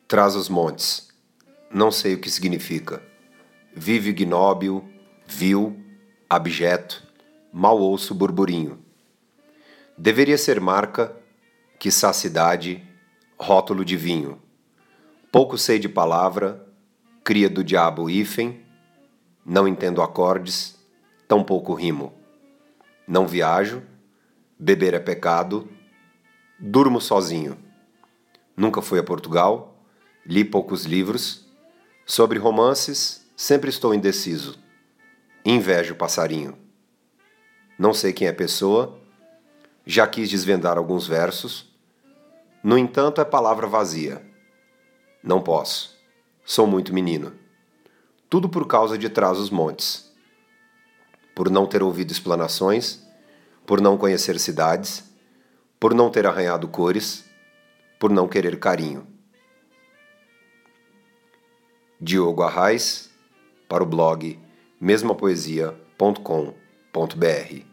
Traz os montes. Não sei o que significa. Vive ignóbil, vil, abjeto, mal ouço burburinho. Deveria ser marca, quiçá cidade, rótulo de vinho. Pouco sei de palavra, cria do diabo hífen, não entendo acordes, tampouco rimo. Não viajo, beber é pecado, durmo sozinho. Nunca fui a Portugal, li poucos livros. Sobre romances, sempre estou indeciso. Invejo o passarinho. Não sei quem é pessoa, já quis desvendar alguns versos. No entanto, é palavra vazia. Não posso. Sou muito menino. Tudo por causa de Trás os Montes. Por não ter ouvido explanações, por não conhecer cidades, por não ter arranhado cores, por não querer carinho. Diogo Arraes, para o blog mesmapoesia.com.br